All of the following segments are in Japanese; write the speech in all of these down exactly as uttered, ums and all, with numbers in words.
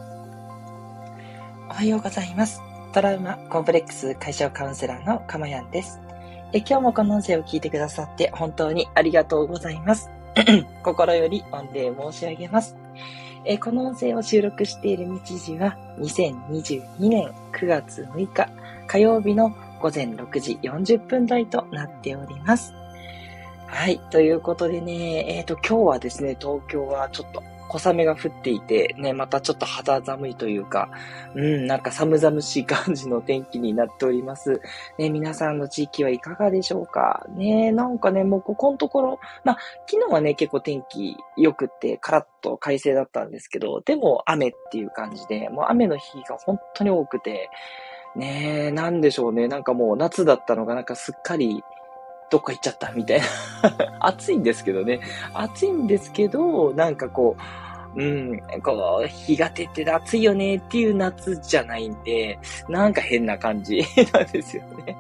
おはようございます。トラウマコンプレックス解消カウンセラーのかまやんです。え今日もこの音声を聞いてくださって本当にありがとうございます。心より御礼申し上げます。えこの音声を収録している日時はにせんにじゅうにねんくがつむいか火曜日のごぜんろくじよんじゅっぷん台となっております。はい、ということでね、えっと今日はですね、東京はちょっと小雨が降っていて、ね、またちょっと肌寒いというか、うん、なんか寒々しい感じの天気になっております。ね、皆さんの地域はいかがでしょうかね、なんかね、もうここのところ、まあ、昨日はね、結構天気良くって、カラッと快晴だったんですけど、でも雨っていう感じで、もう雨の日が本当に多くて、ね、なんでしょうね、なんかもう夏だったのがなんかすっかり、どっか行っちゃったみたいな。暑いんですけどね。暑いんですけど、なんかこう、うん、こう、日が照ってて暑いよねっていう夏じゃないんで、なんか変な感じなんですよね。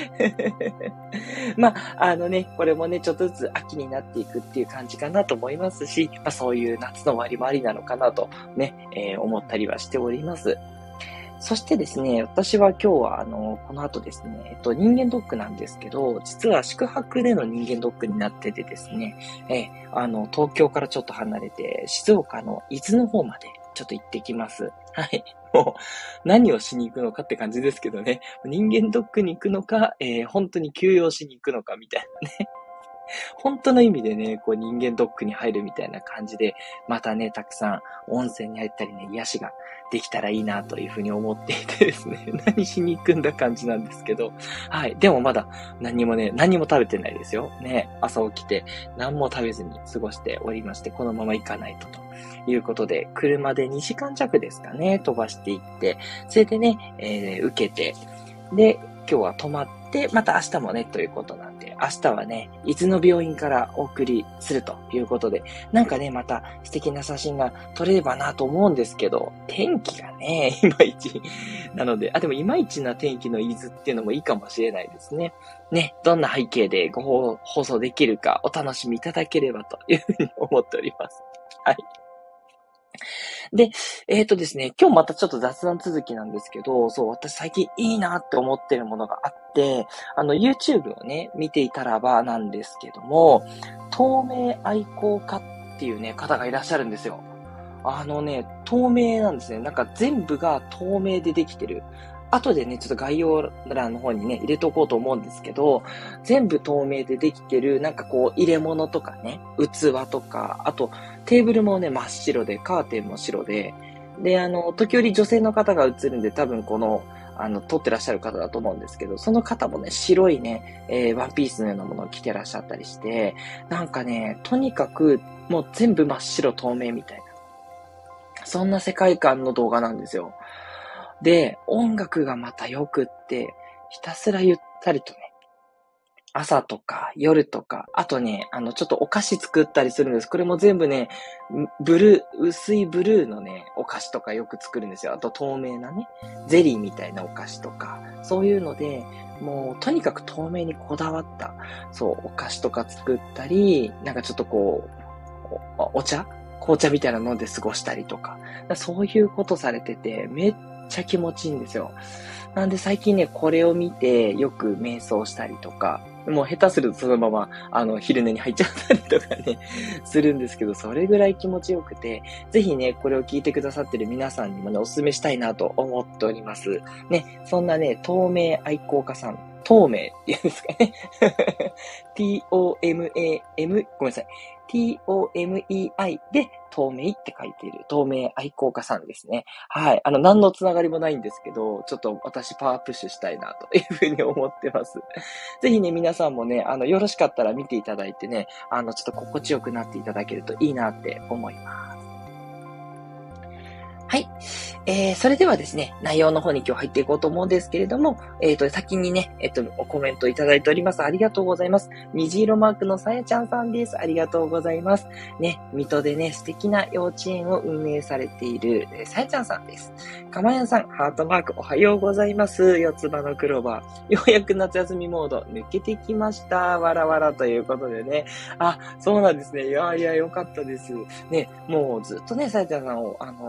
まあ、あのね、これもね、ちょっとずつ秋になっていくっていう感じかなと思いますし、まあそういう夏の終わりもありなのかなとね、えー、思ったりはしております。そしてですね、私は今日は、あの、この後ですね、えっと、人間ドックなんですけど、実は宿泊での人間ドックになっててですね、え、あの、東京からちょっと離れて、静岡の伊豆の方までちょっと行ってきます。はい。もう、何をしに行くのかって感じですけどね、人間ドックに行くのか、えー、本当に休養しに行くのかみたいなね。本当の意味でね、こう人間ドックに入るみたいな感じで、またね、たくさん温泉に入ったりね、癒しができたらいいなというふうに思っていてですね、何しに行くんだ感じなんですけど、はい。でもまだ何もね、何も食べてないですよ。ね、朝起きて何も食べずに過ごしておりまして、このまま行かないとということで、車でにじかんじゃくですかね、飛ばしていって、それでね、えー、受けて、で、今日は泊まって、また明日もね、ということなんで、明日はね、伊豆の病院からお送りするということで、なんかね、また素敵な写真が撮れればなと思うんですけど、天気がね、いまいち。なので、あ、でもいまいちな天気の伊豆っていうのもいいかもしれないですね。ね、どんな背景でご放送できるかお楽しみいただければというふうに思っております。はい。で、えっとですね、今日またちょっと雑談続きなんですけど、そう、私最近いいなって思ってるものがあって、あの、YouTube をね、見ていたらばなんですけども、透明愛好家っていうね、方がいらっしゃるんですよ。あのね、透明なんですね。なんか全部が透明でできてる。後でね、ちょっと概要欄の方にね、入れとこうと思うんですけど、全部透明でできてる、なんかこう、入れ物とかね、器とか、あと、テーブルもね、真っ白で、カーテンも白で、で、あの、時折女性の方が映るんで、多分この、あの、撮ってらっしゃる方だと思うんですけど、その方もね、白いね、えー、ワンピースのようなものを着てらっしゃったりして、なんかね、とにかく、もう全部真っ白透明みたいな。そんな世界観の動画なんですよ。で、音楽がまた良くって、ひたすらゆったりとね、朝とか夜とか、あとね、あの、ちょっとお菓子作ったりするんです。これも全部ね、ブルー、薄いブルーのね、お菓子とかよく作るんですよ。あと透明なね、ゼリーみたいなお菓子とか、そういうので、もうとにかく透明にこだわった、そう、お菓子とか作ったり、なんかちょっとこう、お、お茶紅茶みたいなので過ごしたりとか、そういうことされてて、めっちゃ気持ちいいんですよ。なんで最近ね、これを見てよく瞑想したりとか、もう下手するとそのまま、あの、昼寝に入っちゃったりとかね、するんですけど、それぐらい気持ちよくて、ぜひね、これを聞いてくださってる皆さんにもね、お勧めしたいなと思っております。ね、そんなね、透明愛好家さん、透明っていうんですかね。ティーオーエムエーエム、ごめんなさい。ティーオーエムイーアイ で透明って書いている透明愛好家さんですね。はい。あの、何のつながりもないんですけど、ちょっと私パワープッシュしたいなというふうに思ってます。ぜひね、皆さんもね、あの、よろしかったら見ていただいてね、あの、ちょっと心地よくなっていただけるといいなって思います。はい。えー、それではですね、内容の方に今日入っていこうと思うんですけれども、えっと、先にね、えっと、コメントいただいております。ありがとうございます。虹色マークのさやちゃんさんです。ありがとうございます。ね、水戸でね、素敵な幼稚園を運営されている、えー、さやちゃんさんです。かまやんさん、ハートマークおはようございます。四つ葉のクローバー。ようやく夏休みモード抜けてきました。わらわらということでね。あ、そうなんですね。いやいや、よかったです。ね、もうずっとね、さやちゃんさんを、あの、ね、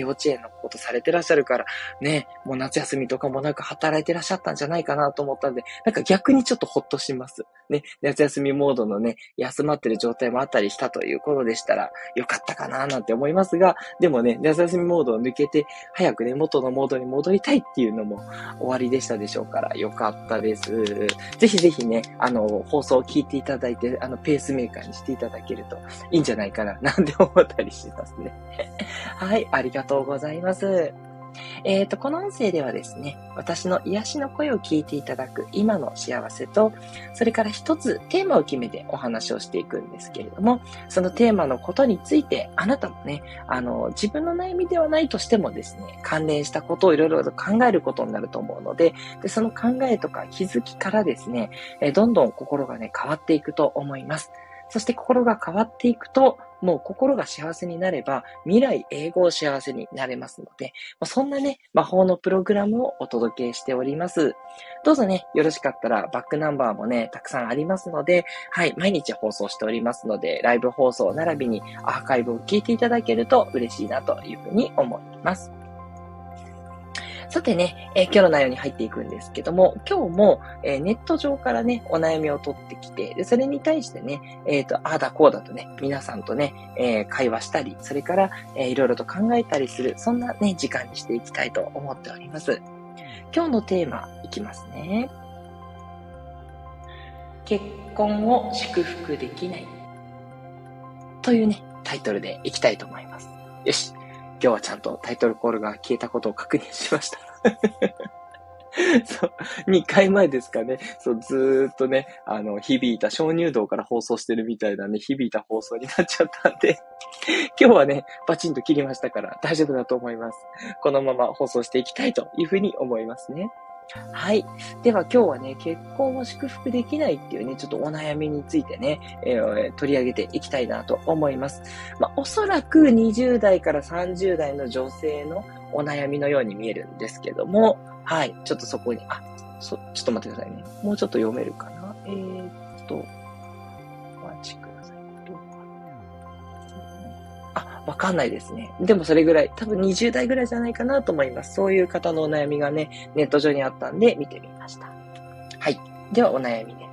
幼稚園のことされてらっしゃるから、ね、もう夏休みとかもなく働いてらっしゃったんじゃないかなと思ったんで、なんか逆にちょっとほっとします。ね、夏休みモードのね、休まってる状態もあったりしたということでしたら、よかったかななんて思いますが、でもね、夏休みモードを抜けて、早くね、元のモードに戻りたいっていうのも終わりでしたでしょうから、よかったです。ぜひぜひね、あの、放送を聞いていただいて、あの、ペースメーカーにしていただけるといいんじゃないかな、なんて思ったりしますね。はい、ありがとうございます。えっと、この音声ではですね、私の癒しの声を聞いていただく今の幸せと、それから一つテーマを決めてお話をしていくんですけれども、そのテーマのことについて、あなたもね、あの、自分の悩みではないとしてもですね、関連したことをいろいろと考えることになると思うので、で、その考えとか気づきからですね、えどんどん心がね、変わっていくと思います。そして心が変わっていくと、もう心が幸せになれば、未来永劫幸せになれますので、そんなね、魔法のプログラムをお届けしております。どうぞね、よろしかったらバックナンバーもね、たくさんありますので、はい、毎日放送しておりますので、ライブ放送並びにアーカイブを聞いていただけると嬉しいなというふうに思います。さてね、えー、今日の内容に入っていくんですけども、今日も、えー、ネット上からね、お悩みを取ってきて、でそれに対してね、えっと、ああだこうだとね、皆さんとね、えー、会話したり、それから、えー、いろいろと考えたりする、そんなね、時間にしていきたいと思っております。今日のテーマ、いきますね。結婚を祝福できない。というね、タイトルでいきたいと思います。よし。今日はちゃんとタイトルコールが消えたことを確認しました。そう、にかいまえですかね。そう、ずーっとね、あの、響いた、鍾乳洞から放送してるみたいなね、響いた放送になっちゃったんで、今日はね、バチンと切りましたから大丈夫だと思います。このまま放送していきたいというふうに思いますね。はい。では今日はね、結婚を祝福できないっていうね、ちょっとお悩みについてね、えー、取り上げていきたいなと思います。まあ、おそらくにじゅう代からさんじゅう代の女性のお悩みのように見えるんですけども、はい。ちょっとそこに、あ、そ、ちょっと待ってくださいね。もうちょっと読めるかな。えーっと、お待ちください。あ、わかんないですね。でもそれぐらい、多分にじゅう代ぐらいじゃないかなと思います。そういう方のお悩みがね、ネット上にあったんで見てみました。はい。ではお悩みです。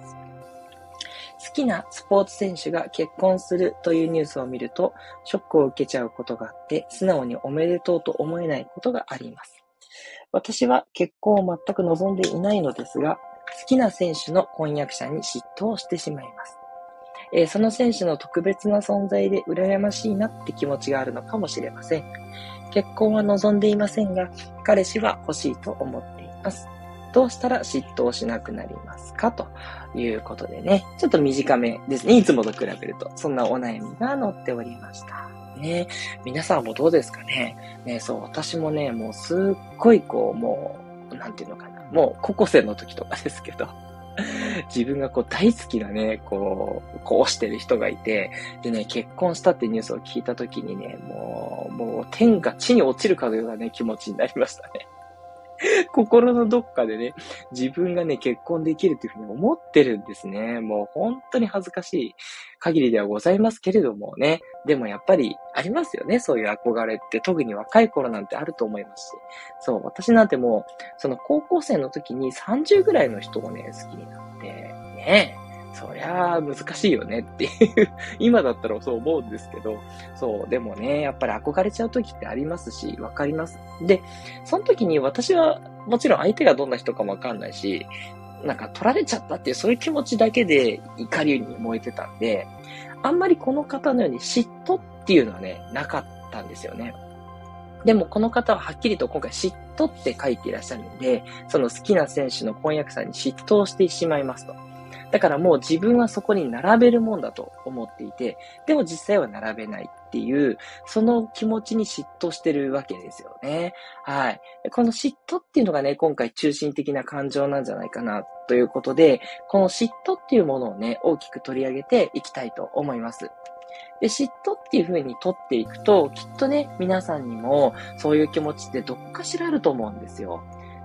好きなスポーツ選手が結婚するというニュースを見ると、ショックを受けちゃうことがあって、素直におめでとうと思えないことがあります。私は結婚を全く望んでいないのですが、好きな選手の婚約者に嫉妬をしてしまいます。えー、その選手の特別な存在で羨ましいなって気持ちがあるのかもしれません。結婚は望んでいませんが、彼氏は欲しいと思っています。どうしたら嫉妬しなくなりますかということでね、ちょっと短めですね。いつもと比べると、そんなお悩みが載っておりました。ね、皆さんもどうですかね。ね、そう、私もね、もうすっごいこう、もう、なんていうのかな。もう高校生の時とかですけど、自分がこう大好きなね、こう、こうしてる人がいて、でね、結婚したってニュースを聞いた時にね、もう、もう天が地に落ちるかのようなね、気持ちになりましたね。心のどっかでね、自分がね、結婚できるというふうに思ってるんですね。もう本当に恥ずかしい限りではございますけれどもね。でもやっぱりありますよね。そういう憧れって、特に若い頃なんてあると思いますし。そう、私なんてもう、その高校生の時にさんじゅうぐらいの人をね、好きになって、ね。そりゃあ難しいよねっていう今だったらそう思うんですけど、そう、でもね、やっぱり憧れちゃう時ってありますし、わかります。で、その時に私はもちろん相手がどんな人かもわかんないし、なんか取られちゃったっていうそういう気持ちだけで怒りに燃えてたんで、あんまりこの方のように嫉妬っていうのはね、なかったんですよね。でもこの方ははっきりと今回嫉妬って書いていらっしゃるんで、その好きな選手の婚約者に嫉妬してしまいますと。だからもう自分はそこに並べるもんだと思っていて、でも実際は並べないっていう、その気持ちに嫉妬してるわけですよね。はい。この嫉妬っていうのがね、今回中心的な感情なんじゃないかなということで、この嫉妬っていうものをね、大きく取り上げていきたいと思います。で、嫉妬っていう風に取っていくと、きっとね、皆さんにもそういう気持ちってどっかしらあると思うんですよ。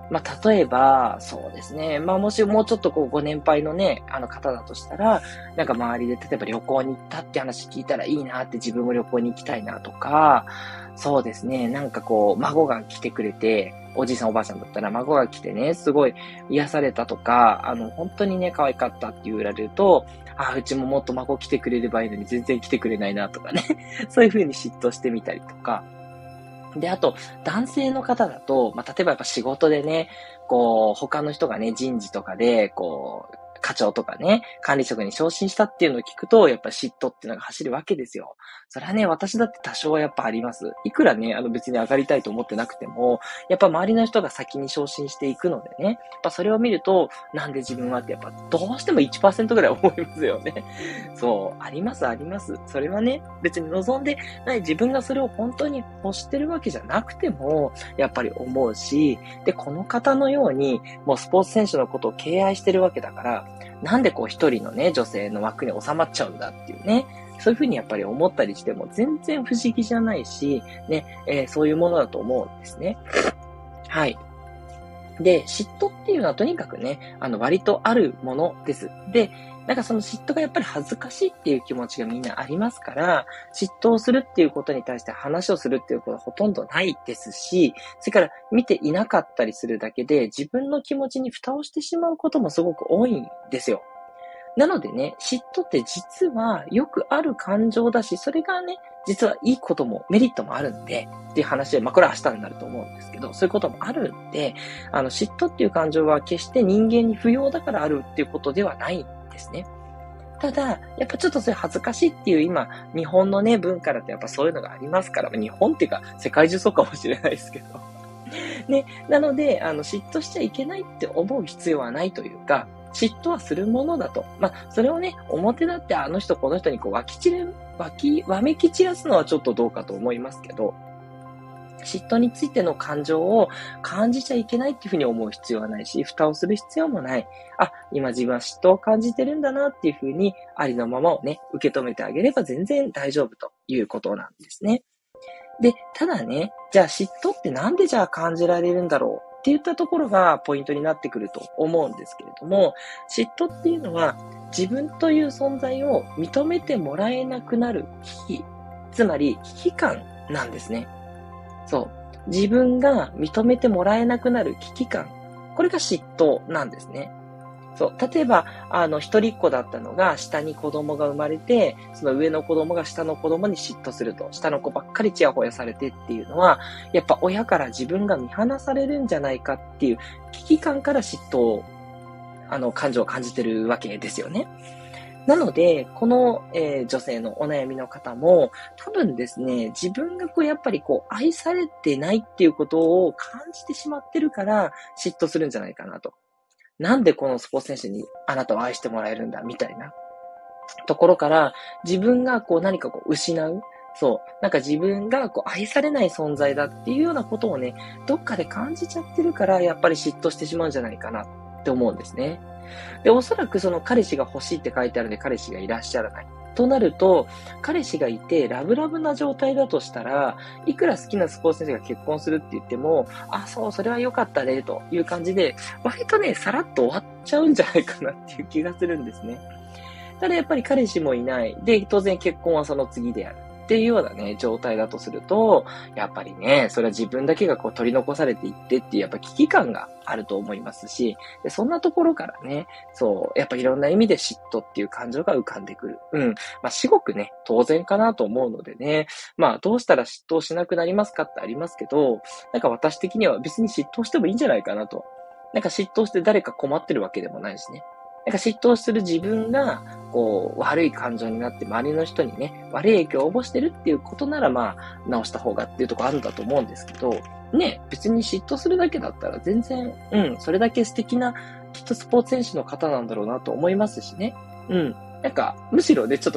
まあ、例えば、そうですね。まあ、もしもうちょっとこう、ご年配のね、あの方だとしたら、なんか周りで例えば旅行に行ったって話聞いたらいいなって自分も旅行に行きたいなとか、そうですね。なんかこう、孫が来てくれて、おじいさんおばあさんだったら孫が来てね、すごい癒されたとか、あの、本当にね、可愛かったって言われると、あ、うちももっと孫来てくれればいいのに全然来てくれないなとかね。そういう風に嫉妬してみたりとか、で、あと、男性の方だと、まあ、例えばやっぱ仕事でね、こう、他の人がね、人事とかで、こう、課長とかね、管理職に昇進したっていうのを聞くと、やっぱ嫉妬っていうのが走るわけですよ。それはね、私だって多少はやっぱあります。いくらね、あの別に上がりたいと思ってなくても、やっぱ周りの人が先に昇進していくのでね、やっぱそれを見ると、なんで自分はってやっぱどうしてもいちパーセントぐらい思いますよね。そう、ありますあります。それはね、別に望んでない、自分がそれを本当に欲してるわけじゃなくても、やっぱり思うし、で、この方のように、もうスポーツ選手のことを敬愛してるわけだから、なんでこう一人のね、女性の枠に収まっちゃうんだっていうね、そういうふうにやっぱり思ったりしても全然不思議じゃないし、ね、えーそういうものだと思うんですね。はい。で、嫉妬っていうのはとにかくね、あの割とあるものです。で、なんかその嫉妬がやっぱり恥ずかしいっていう気持ちがみんなありますから、嫉妬をするっていうことに対して話をするっていうことはほとんどないですし、それから見ていなかったりするだけで自分の気持ちに蓋をしてしまうこともすごく多いんですよ。なのでね、嫉妬って実はよくある感情だし、それがね、実はいいこともメリットもあるんで、っていう話で、まあこれは明日になると思うんですけど、そういうこともあるんで、あの嫉妬っていう感情は決して人間に不要だからあるっていうことではないんですね。ただ、やっぱちょっとそれ恥ずかしいっていう今、日本のね、文化だとやっぱそういうのがありますから、日本っていうか世界中そうかもしれないですけど。ね、なので、あの、嫉妬しちゃいけないって思う必要はないというか、嫉妬はするものだと。まあ、それをね、表だってあの人この人にこう、湧き散れ、湧き、わめき散らすのはちょっとどうかと思いますけど、嫉妬についての感情を感じちゃいけないっていうふうに思う必要はないし、蓋をする必要もない。あ、今自分は嫉妬を感じてるんだなっていうふうに、ありのままをね、受け止めてあげれば全然大丈夫ということなんですね。で、ただね、じゃあ嫉妬ってなんでじゃあ感じられるんだろうって言ったところがポイントになってくると思うんですけれども、嫉妬っていうのは自分という存在を認めてもらえなくなる危機、つまり危機感なんですね。そう。自分が認めてもらえなくなる危機感。これが嫉妬なんですね。そう。例えば、あの、一人っ子だったのが、下に子供が生まれて、その上の子供が下の子供に嫉妬すると。下の子ばっかりチヤホヤされてっていうのは、やっぱ親から自分が見放されるんじゃないかっていう危機感から嫉妬を、あの、感情を感じてるわけですよね。なので、この、えー女性のお悩みの方も、多分ですね、自分がこう、やっぱりこう、愛されてないっていうことを感じてしまってるから、嫉妬するんじゃないかなと。なんでこのスポーツ選手にあなたを愛してもらえるんだみたいなところから、自分がこう何かこう失う。そう。なんか自分がこう愛されない存在だっていうようなことをね、どっかで感じちゃってるから、やっぱり嫉妬してしまうんじゃないかなって思うんですね。で、おそらくその彼氏が欲しいって書いてあるんで彼氏がいらっしゃらない。となると、彼氏がいてラブラブな状態だとしたら、いくら好きなスポーツ選手が結婚するって言っても、あ、そう、それは良かったね、という感じで、割とね、さらっと終わっちゃうんじゃないかなっていう気がするんですね。ただやっぱり彼氏もいない。で、当然結婚はその次である。っていうようなね、状態だとすると、やっぱりね、それは自分だけがこう取り残されていってっていう、やっぱ危機感があると思いますし、でそんなところからね、そう、やっぱいろんな意味で嫉妬っていう感情が浮かんでくる。うん。まあ、至極ね、当然かなと思うのでね、まあ、どうしたら嫉妬しなくなりますかってありますけど、なんか私的には別に嫉妬してもいいんじゃないかなと。なんか嫉妬して誰か困ってるわけでもないしね。なんか嫉妬する自分が、こう、悪い感情になって周りの人にね、悪い影響を及ぼしてるっていうことなら、まあ、直した方がっていうところあるんだと思うんですけど、ね、別に嫉妬するだけだったら全然、うん、それだけ素敵な、きっとスポーツ選手の方なんだろうなと思いますしね。うん。なんか、むしろね、ちょっとこう、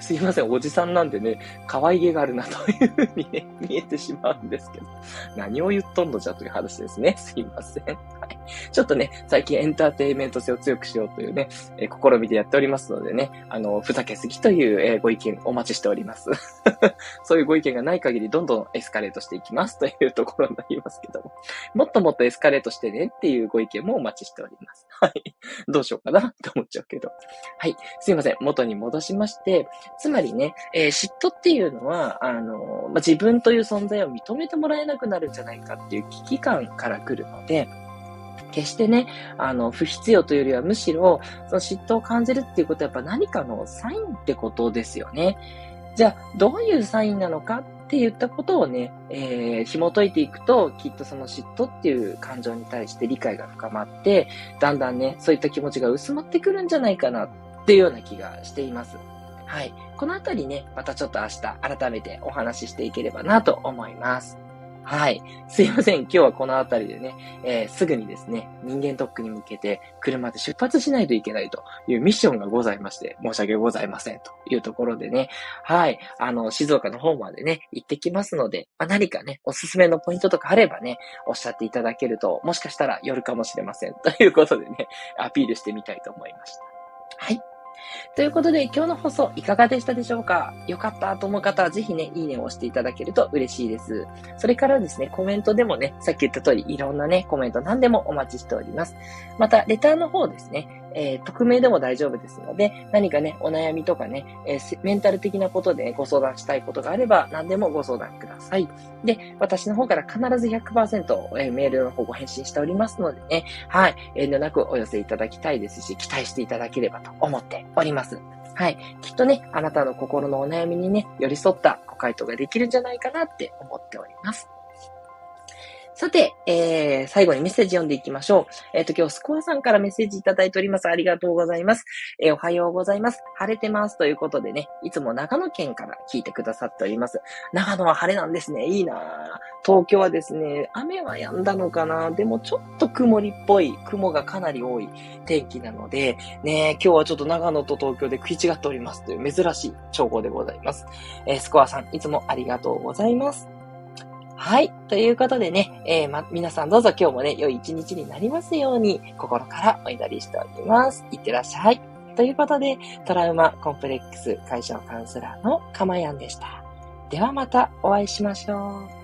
すいません、おじさんなんでね、可愛げがあるなというふうにね、見えてしまうんですけど。何を言っとんのじゃという話ですね。すいません。はい。ちょっとね、最近エンターテインメント性を強くしようというね、えー、試みでやっておりますのでね、あの、ふざけすぎという、えー、ご意見お待ちしております。そういうご意見がない限り、どんどんエスカレートしていきますというところになりますけども。もっともっとエスカレートしてねっていうご意見もお待ちしております。はい。どうしようかなって思っちゃうけど。はい。すいません。元に戻しまして、つまりね、えー、嫉妬っていうのは、あの、まあ、自分という存在を認めてもらえなくなるんじゃないかっていう危機感から来るので、決してね、あの、不必要というよりはむしろ、その嫉妬を感じるっていうことはやっぱ何かのサインってことですよね。じゃあ、どういうサインなのかって言ったことをね、えー、紐解いていくと、きっとその嫉妬っていう感情に対して理解が深まって、だんだんね、そういった気持ちが薄まってくるんじゃないかなっていうような気がしています。はい。このあたりね、またちょっと明日改めてお話ししていければなと思います。はい。すいません。今日はこのあたりでね、えー、すぐにですね、人間ドックに向けて車で出発しないといけないというミッションがございまして、申し訳ございませんというところでね、はい。あの、静岡の方までね、行ってきますので、まあ、何かね、おすすめのポイントとかあればね、おっしゃっていただけると、もしかしたら寄るかもしれません。ということでね、アピールしてみたいと思いました。はい。ということで、今日の放送いかがでしたでしょうか？よかったと思う方はぜひね、いいねを押していただけると嬉しいです。それからですね、コメントでもね、さっき言った通り、いろんなね、コメント何でもお待ちしております。また、レターの方ですね、えー、匿名でも大丈夫ですので、何かね、お悩みとかね、えー、メンタル的なことで、ね、ご相談したいことがあれば、何でもご相談ください。で、私の方から必ず ひゃくパーセント、えー、メールの方ご返信しておりますのでね、はい、遠慮なくお寄せいただきたいですし、期待していただければと思っております。はい。きっとね、あなたの心のお悩みにね、寄り添ったご回答ができるんじゃないかなって思っております。さて、えー、最後にメッセージ読んでいきましょう。えっ、ー、と、今日スコアさんからメッセージいただいております。ありがとうございます。えー、おはようございます。晴れてます。ということでね、いつも長野県から聞いてくださっております。長野は晴れなんですね。いいなぁ。東京はですね、雨は止んだのかな。でもちょっと曇りっぽい、雲がかなり多い天気なので、ね、今日はちょっと長野と東京で食い違っておりますという珍しい兆候でございます。えー、スコアさん、いつもありがとうございます。はい。ということでね、えー、ま、皆さんどうぞ今日もね、良い一日になりますように、心からお祈りしております。いってらっしゃい。ということで、トラウマコンプレックス解消カウンセラーのかまやんでした。ではまたお会いしましょう。